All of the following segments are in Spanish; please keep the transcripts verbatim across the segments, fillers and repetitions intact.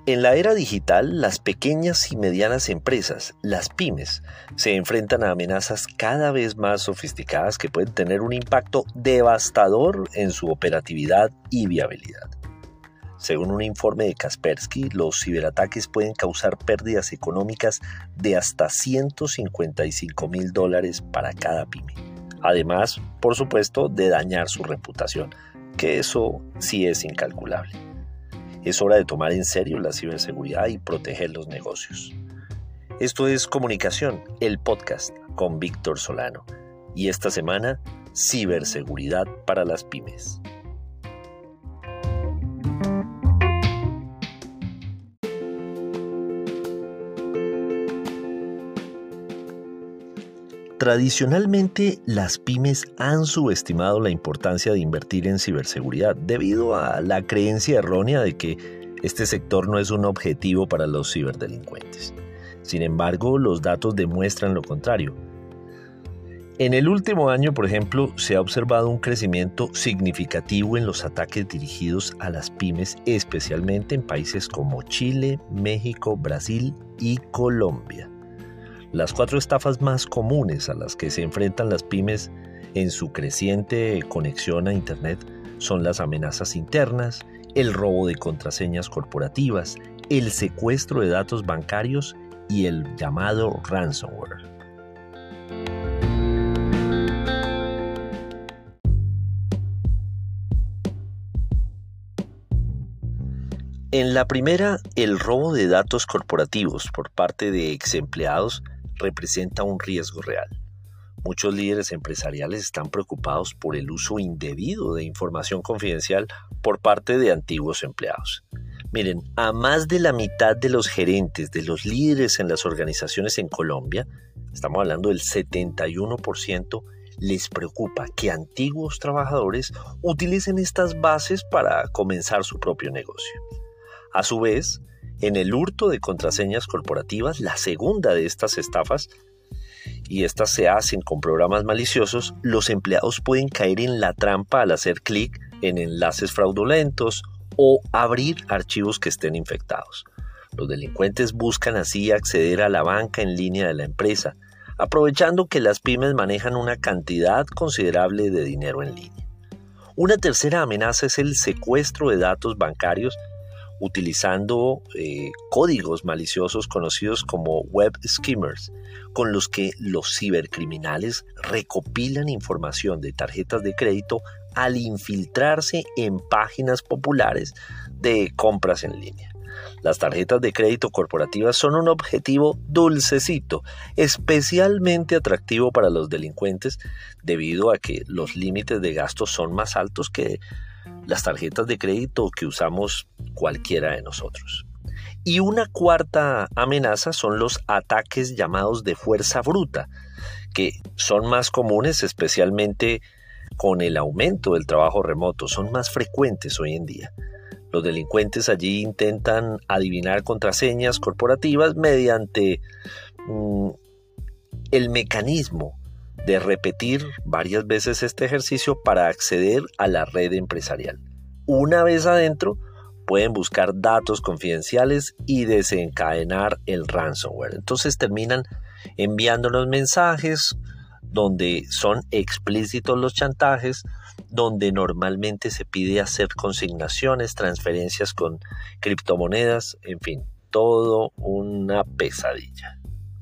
En la era digital, las pequeñas y medianas empresas, las pymes, se enfrentan a amenazas cada vez más sofisticadas que pueden tener un impacto devastador en su operatividad y viabilidad. Según un informe de Kaspersky, los ciberataques pueden causar pérdidas económicas de hasta ciento cincuenta y cinco mil dólares para cada pyme. Además, por supuesto, de dañar su reputación, que eso sí es incalculable. Es hora de tomar en serio la ciberseguridad y proteger los negocios. Esto es Comunicación, el podcast con Víctor Solano. Y esta semana, ciberseguridad para las pymes. Tradicionalmente, las pymes han subestimado la importancia de invertir en ciberseguridad debido a la creencia errónea de que este sector no es un objetivo para los ciberdelincuentes. Sin embargo, los datos demuestran lo contrario. En el último año, por ejemplo, se ha observado un crecimiento significativo en los ataques dirigidos a las pymes, especialmente en países como Chile, México, Brasil y Colombia. Las cuatro estafas más comunes a las que se enfrentan las pymes en su creciente conexión a Internet son las amenazas internas, el robo de contraseñas corporativas, el secuestro de datos bancarios y el llamado ransomware. En la primera, el robo de datos corporativos por parte de ex empleados representa un riesgo real. Muchos líderes empresariales están preocupados por el uso indebido de información confidencial por parte de antiguos empleados. Miren, a más de la mitad de los gerentes, de los líderes en las organizaciones en Colombia, estamos hablando del setenta y uno por ciento, les preocupa que antiguos trabajadores utilicen estas bases para comenzar su propio negocio. A su vez, en el hurto de contraseñas corporativas, la segunda de estas estafas, y estas se hacen con programas maliciosos, los empleados pueden caer en la trampa al hacer clic en enlaces fraudulentos o abrir archivos que estén infectados. Los delincuentes buscan así acceder a la banca en línea de la empresa, aprovechando que las pymes manejan una cantidad considerable de dinero en línea. Una tercera amenaza es el secuestro de datos bancarios utilizando eh, códigos maliciosos conocidos como web skimmers, con los que los cibercriminales recopilan información de tarjetas de crédito al infiltrarse en páginas populares de compras en línea. Las tarjetas de crédito corporativas son un objetivo dulcecito, especialmente atractivo para los delincuentes debido a que los límites de gasto son más altos que las tarjetas de crédito que usamos cualquiera de nosotros. Y una cuarta amenaza son los ataques llamados de fuerza bruta, que son más comunes especialmente con el aumento del trabajo remoto, son más frecuentes hoy en día. Los delincuentes allí intentan adivinar contraseñas corporativas mediante mm, el mecanismo de repetir varias veces este ejercicio para acceder a la red empresarial. Una vez adentro, pueden buscar datos confidenciales y desencadenar el ransomware. Entonces terminan enviándonos mensajes donde son explícitos los chantajes, donde normalmente se pide hacer consignaciones, transferencias con criptomonedas, en fin, todo una pesadilla.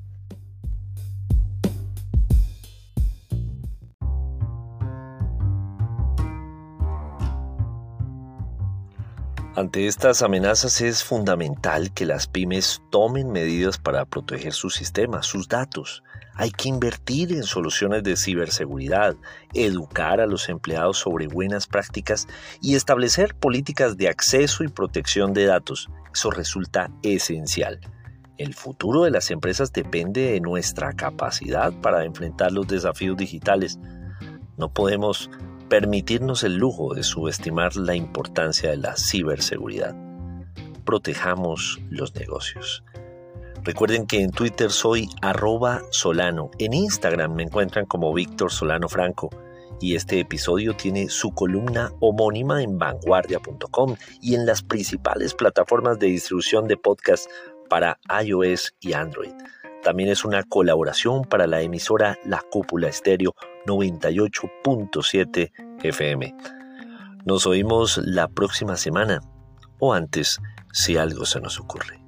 Ante estas amenazas es fundamental que las pymes tomen medidas para proteger sus sistemas, sus datos. Hay que invertir en soluciones de ciberseguridad, educar a los empleados sobre buenas prácticas y establecer políticas de acceso y protección de datos. Eso resulta esencial. El futuro de las empresas depende de nuestra capacidad para enfrentar los desafíos digitales. No podemos permitirnos el lujo de subestimar la importancia de la ciberseguridad. Protejamos los negocios. Recuerden que en Twitter soy arroba Solano, en Instagram me encuentran como Víctor Solano Franco y este episodio tiene su columna homónima en vanguardia punto com y en las principales plataformas de distribución de podcast para iOS y Android. También es una colaboración para la emisora La Cúpula Estéreo noventa y ocho punto siete F M. Nos oímos la próxima semana, o antes, si algo se nos ocurre.